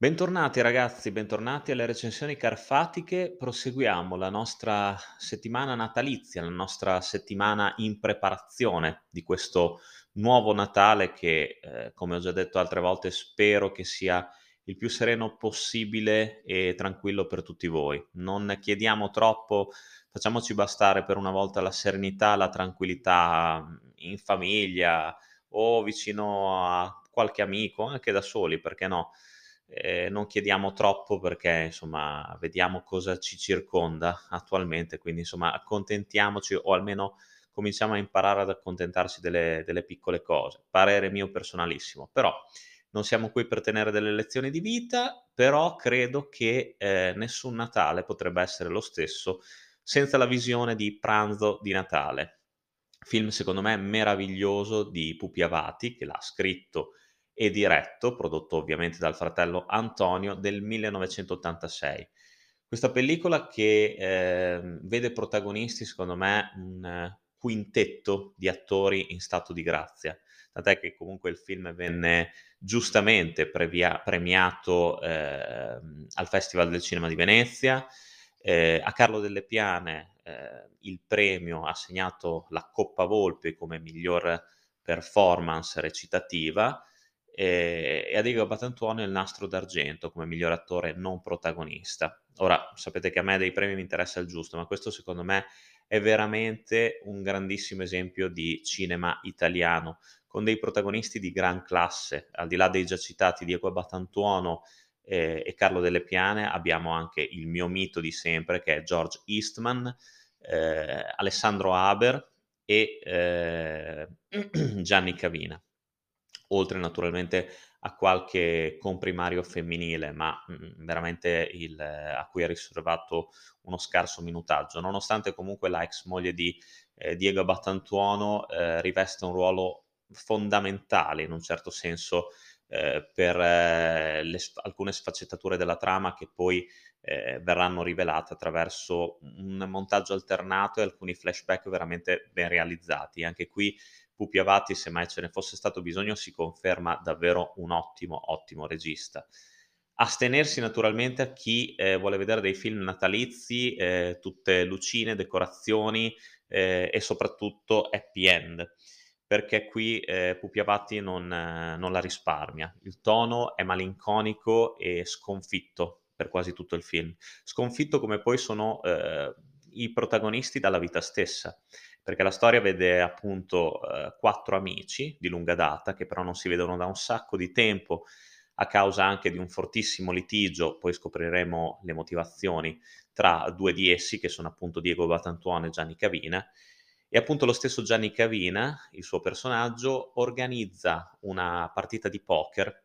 Bentornati ragazzi, bentornati alle recensioni carfatiche. Proseguiamo la nostra settimana natalizia, la nostra settimana in preparazione di questo nuovo Natale che, come ho già detto altre volte, spero che sia il più sereno possibile e tranquillo per tutti voi. Non chiediamo troppo, facciamoci bastare per una volta la serenità, la tranquillità, in famiglia o vicino a qualche amico, anche da soli, perché no? Non chiediamo troppo perché, insomma, vediamo cosa ci circonda attualmente, quindi insomma accontentiamoci o almeno cominciamo a imparare ad accontentarsi delle piccole cose. Parere mio personalissimo, però non siamo qui per tenere delle lezioni di vita, però credo che, nessun Natale potrebbe essere lo stesso senza la visione di Pranzo di Natale. Film secondo me meraviglioso di Pupi Avati, che l'ha scritto e diretto, prodotto ovviamente dal fratello Antonio, del 1986. Questa pellicola che, vede protagonisti secondo me un quintetto di attori in stato di grazia, tant'è che comunque il film venne giustamente premiato, al Festival del Cinema di Venezia. A Carlo Delle Piane, il premio assegnato la Coppa Volpi come miglior performance recitativa, e a Diego Battantuono il Nastro d'Argento come miglior attore non protagonista. Ora, sapete che a me dei premi mi interessa il giusto, ma questo secondo me è veramente un grandissimo esempio di cinema italiano, con dei protagonisti di gran classe. Al di là dei già citati Diego Battantuono, e Carlo Delle Piane, abbiamo anche il mio mito di sempre che è George Eastman, Alessandro Haber e, Gianni Cavina. Oltre naturalmente a qualche comprimario femminile, ma, veramente a cui è riservato uno scarso minutaggio, nonostante comunque la ex moglie di, Diego Battantuono, rivesta un ruolo fondamentale in un certo senso, per alcune sfaccettature della trama che poi, verranno rivelate attraverso un montaggio alternato e alcuni flashback veramente ben realizzati. Anche qui Pupi Avati, se mai ce ne fosse stato bisogno, si conferma davvero un ottimo, ottimo regista. Astenersi naturalmente a chi, vuole vedere dei film natalizi, tutte lucine, decorazioni, e soprattutto happy end, perché qui, Pupi Avati non la risparmia. Il tono è malinconico e sconfitto per quasi tutto il film. Sconfitto come poi sono, i protagonisti dalla vita stessa, perché la storia vede appunto, 4 amici di lunga data, che però non si vedono da un sacco di tempo, a causa anche di un fortissimo litigio, poi scopriremo le motivazioni, tra 2 di essi, che sono appunto Diego Batantuono e Gianni Cavina, e appunto lo stesso Gianni Cavina, il suo personaggio, organizza una partita di poker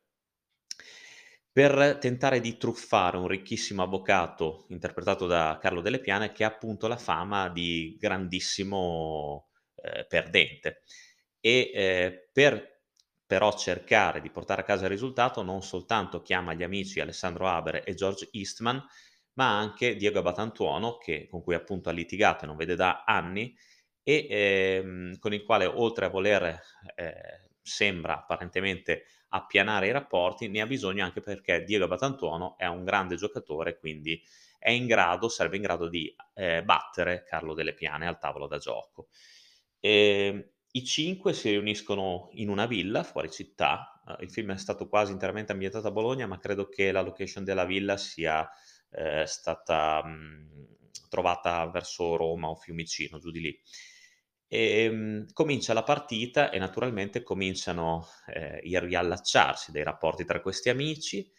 per tentare di truffare un ricchissimo avvocato, interpretato da Carlo Delle Piane, che ha appunto la fama di grandissimo, perdente. Per però cercare di portare a casa il risultato, non soltanto chiama gli amici Alessandro Haber e George Eastman, ma anche Diego Batantuono, con cui appunto ha litigato e non vede da anni, e, con il quale oltre a voler, sembra apparentemente appianare i rapporti, ne ha bisogno anche perché Diego Batantuono è un grande giocatore, quindi sarebbe in grado di, battere Carlo Delle Piane al tavolo da gioco. I 5 si riuniscono in una villa fuori città. Il film è stato quasi interamente ambientato a Bologna, ma credo che la location della villa sia, stata, trovata verso Roma o Fiumicino, giù di lì. Comincia la partita e naturalmente cominciano, il riallacciarsi dei rapporti tra questi amici,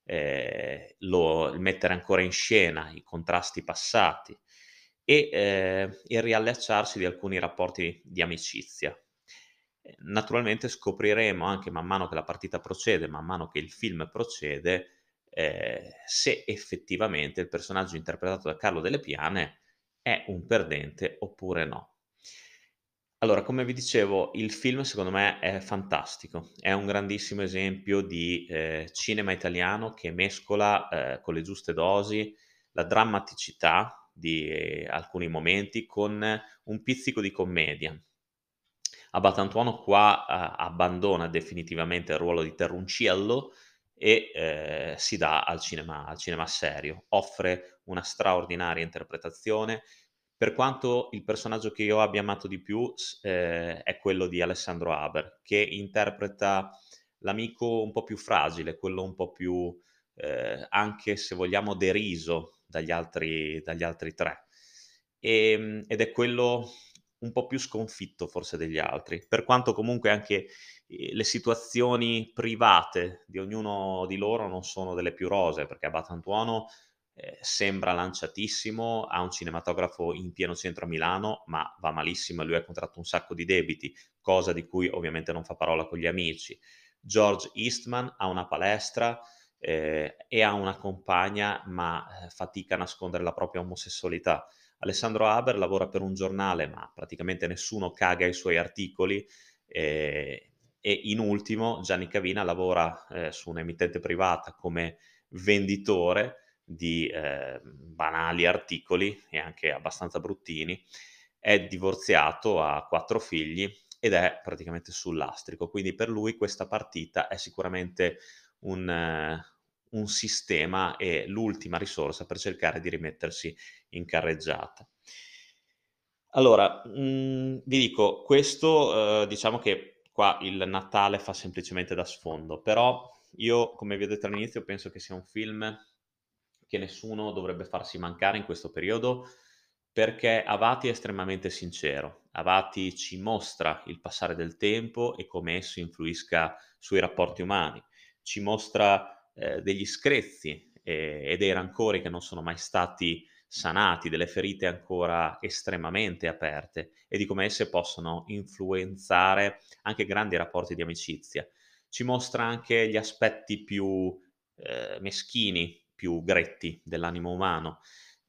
il mettere ancora in scena i contrasti passati e, il riallacciarsi di alcuni rapporti di amicizia. Naturalmente scopriremo anche man mano che la partita procede, man mano che il film procede, se effettivamente il personaggio interpretato da Carlo Delle Piane è un perdente oppure no. Allora, come vi dicevo, il film secondo me è fantastico. È un grandissimo esempio di, cinema italiano che mescola, con le giuste dosi, la drammaticità di alcuni momenti con un pizzico di commedia. Abbatantuono qua, abbandona definitivamente il ruolo di Terrunciello e, si dà al cinema serio. Offre una straordinaria interpretazione. Per quanto il personaggio che io abbia amato di più è quello di Alessandro Haber, che interpreta l'amico un po' più fragile, quello un po' più, anche se vogliamo deriso dagli altri 3. Ed è quello un po' più sconfitto forse degli altri, per quanto comunque anche, le situazioni private di ognuno di loro non sono delle più rosee, perché Abatantuono, sembra lanciatissimo, ha un cinematografo in pieno centro a Milano, ma va malissimo e lui ha contratto un sacco di debiti, cosa di cui ovviamente non fa parola con gli amici. George Eastman ha una palestra, e ha una compagna, ma, fatica a nascondere la propria omosessualità. Alessandro Haber lavora per un giornale, ma praticamente nessuno caga i suoi articoli, ehm, e in ultimo Gianni Cavina lavora, su un'emittente privata come venditore di, banali articoli e anche abbastanza bruttini. È divorziato, ha 4 figli ed è praticamente sul lastrico. Quindi per lui questa partita è sicuramente un sistema e l'ultima risorsa per cercare di rimettersi in carreggiata. Allora, vi dico, questo, diciamo che qua il Natale fa semplicemente da sfondo, però io, come vi ho detto all'inizio, penso che sia un film che nessuno dovrebbe farsi mancare in questo periodo, perché Avati è estremamente sincero. Avati ci mostra il passare del tempo e come esso influisca sui rapporti umani. Ci mostra, degli screzi, e dei rancori che non sono mai stati sanati, delle ferite ancora estremamente aperte e di come esse possono influenzare anche grandi rapporti di amicizia. Ci mostra anche gli aspetti più, meschini, più gretti dell'animo umano.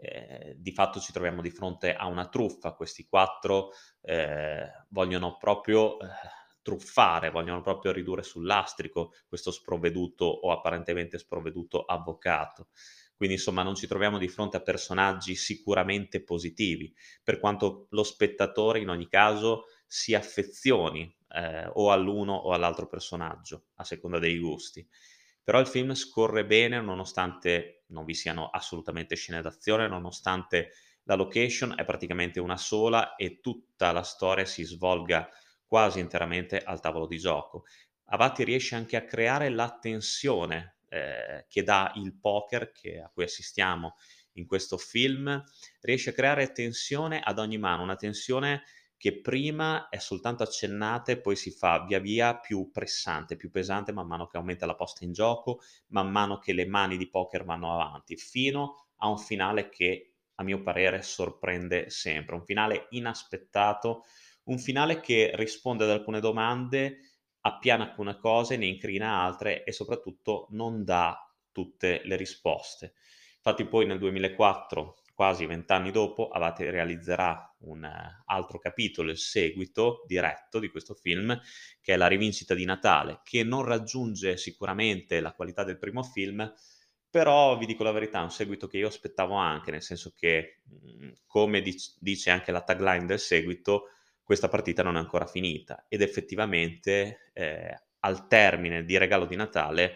Di fatto ci troviamo di fronte a una truffa. Questi 4, vogliono proprio, truffare, vogliono proprio ridurre sul lastrico questo sprovveduto o apparentemente sprovveduto avvocato. Quindi insomma non ci troviamo di fronte a personaggi sicuramente positivi, per quanto lo spettatore in ogni caso si affezioni, o all'uno o all'altro personaggio, a seconda dei gusti. Però il film scorre bene nonostante non vi siano assolutamente scene d'azione, nonostante la location è praticamente una sola e tutta la storia si svolga quasi interamente al tavolo di gioco. Avati riesce anche a creare la tensione, che dà il poker a cui assistiamo in questo film, riesce a creare tensione ad ogni mano, una tensione che prima è soltanto accennata e poi si fa via via più pressante, più pesante man mano che aumenta la posta in gioco, man mano che le mani di poker vanno avanti, fino a un finale che, a mio parere, sorprende sempre. Un finale inaspettato, un finale che risponde ad alcune domande, appiana alcune cose, ne incrina altre e soprattutto non dà tutte le risposte. Infatti poi nel 2004, quasi 20 anni dopo, Avate realizzerà un altro capitolo, il seguito diretto di questo film, che è La rivincita di Natale, che non raggiunge sicuramente la qualità del primo film, però vi dico la verità, è un seguito che io aspettavo anche, nel senso che, come dice anche la tagline del seguito, questa partita non è ancora finita ed effettivamente, al termine di Regalo di Natale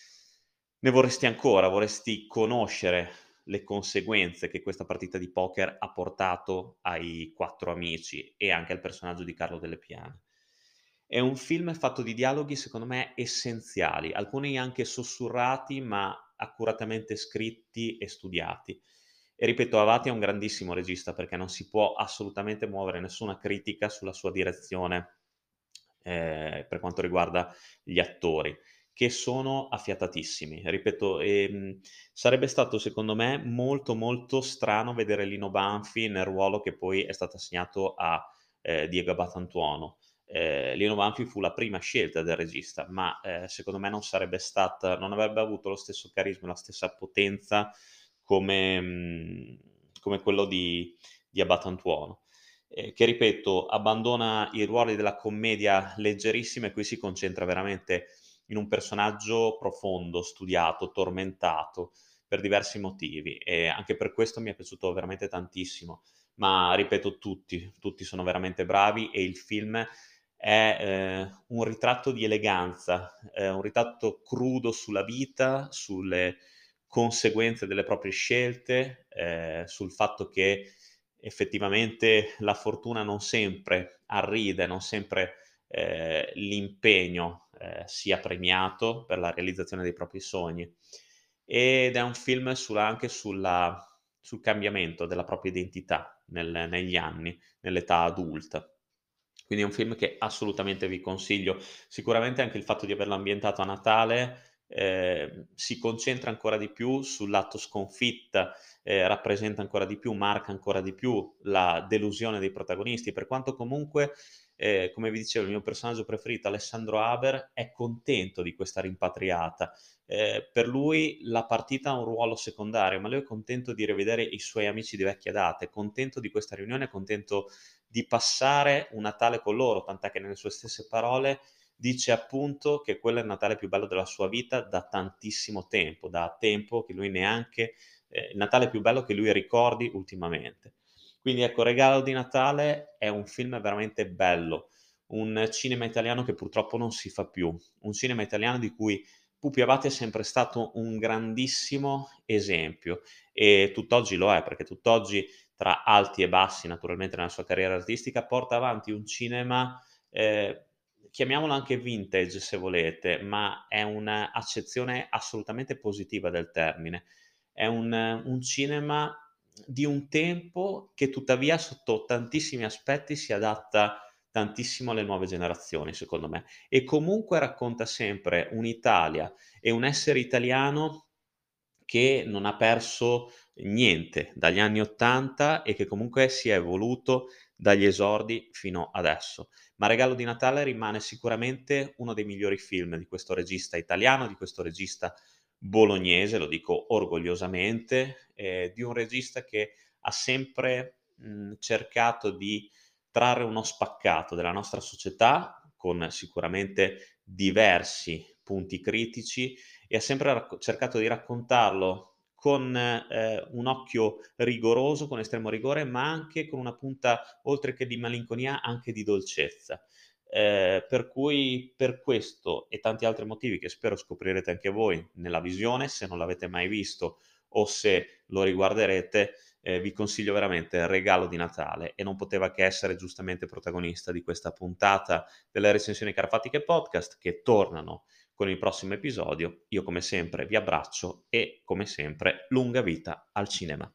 ne vorresti ancora, vorresti conoscere le conseguenze che questa partita di poker ha portato ai 4 amici e anche al personaggio di Carlo Delle Piane. È un film fatto di dialoghi, secondo me, essenziali, alcuni anche sussurrati, ma accuratamente scritti e studiati. E ripeto, Avati è un grandissimo regista perché non si può assolutamente muovere nessuna critica sulla sua direzione, per quanto riguarda gli attori, che sono affiatatissimi. Ripeto, sarebbe stato secondo me molto, molto strano vedere Lino Banfi nel ruolo che poi è stato assegnato a, Diego Abbatantuono. Lino Banfi fu la prima scelta del regista, ma, secondo me non avrebbe avuto lo stesso carisma, la stessa potenza come quello di Abbatantuono, che ripeto, abbandona i ruoli della commedia leggerissima e qui si concentra veramente in un personaggio profondo, studiato, tormentato per diversi motivi e anche per questo mi è piaciuto veramente tantissimo. Ma ripeto tutti sono veramente bravi e il film è, un ritratto di eleganza, un ritratto crudo sulla vita, sulle conseguenze delle proprie scelte, sul fatto che effettivamente la fortuna non sempre arrida, non sempre, l'impegno, sia premiato per la realizzazione dei propri sogni. Ed è un film anche sul cambiamento della propria identità negli anni, nell'età adulta. Quindi è un film che assolutamente vi consiglio. Sicuramente anche il fatto di averlo ambientato a Natale, si concentra ancora di più sull'atto sconfitta, rappresenta ancora di più, marca ancora di più la delusione dei protagonisti, per quanto comunque, come vi dicevo, il mio personaggio preferito, Alessandro Haber, è contento di questa rimpatriata. Per lui la partita ha un ruolo secondario, ma lui è contento di rivedere i suoi amici di vecchia data, è contento di questa riunione, è contento di passare un Natale con loro, tant'è che nelle sue stesse parole dice appunto che quello è il Natale più bello della sua vita da tantissimo tempo, da tempo che lui neanche il Natale più bello che lui ricordi ultimamente. Quindi ecco, Regalo di Natale è un film veramente bello, un cinema italiano che purtroppo non si fa più, un cinema italiano di cui Pupi Avati è sempre stato un grandissimo esempio e tutt'oggi lo è, perché tutt'oggi tra alti e bassi naturalmente nella sua carriera artistica, porta avanti un cinema, chiamiamolo anche vintage se volete, ma è un'accezione assolutamente positiva del termine. È un cinema di un tempo che tuttavia sotto tantissimi aspetti si adatta tantissimo alle nuove generazioni, secondo me, e comunque racconta sempre un'Italia e un essere italiano che non ha perso niente dagli anni '80 e che comunque si è evoluto dagli esordi fino adesso. Ma Regalo di Natale rimane sicuramente uno dei migliori film di questo regista italiano, di questo regista bolognese, lo dico orgogliosamente, di un regista che ha sempre, cercato di trarre uno spaccato della nostra società, con sicuramente diversi punti critici, e ha sempre cercato di raccontarlo con, un occhio rigoroso, con estremo rigore, ma anche con una punta, oltre che di malinconia, anche di dolcezza. Per cui per questo e tanti altri motivi che spero scoprirete anche voi nella visione, se non l'avete mai visto o se lo riguarderete, vi consiglio veramente Regalo di Natale e non poteva che essere giustamente protagonista di questa puntata delle recensioni carfatiche podcast che tornano con il prossimo episodio. Io come sempre vi abbraccio e come sempre lunga vita al cinema.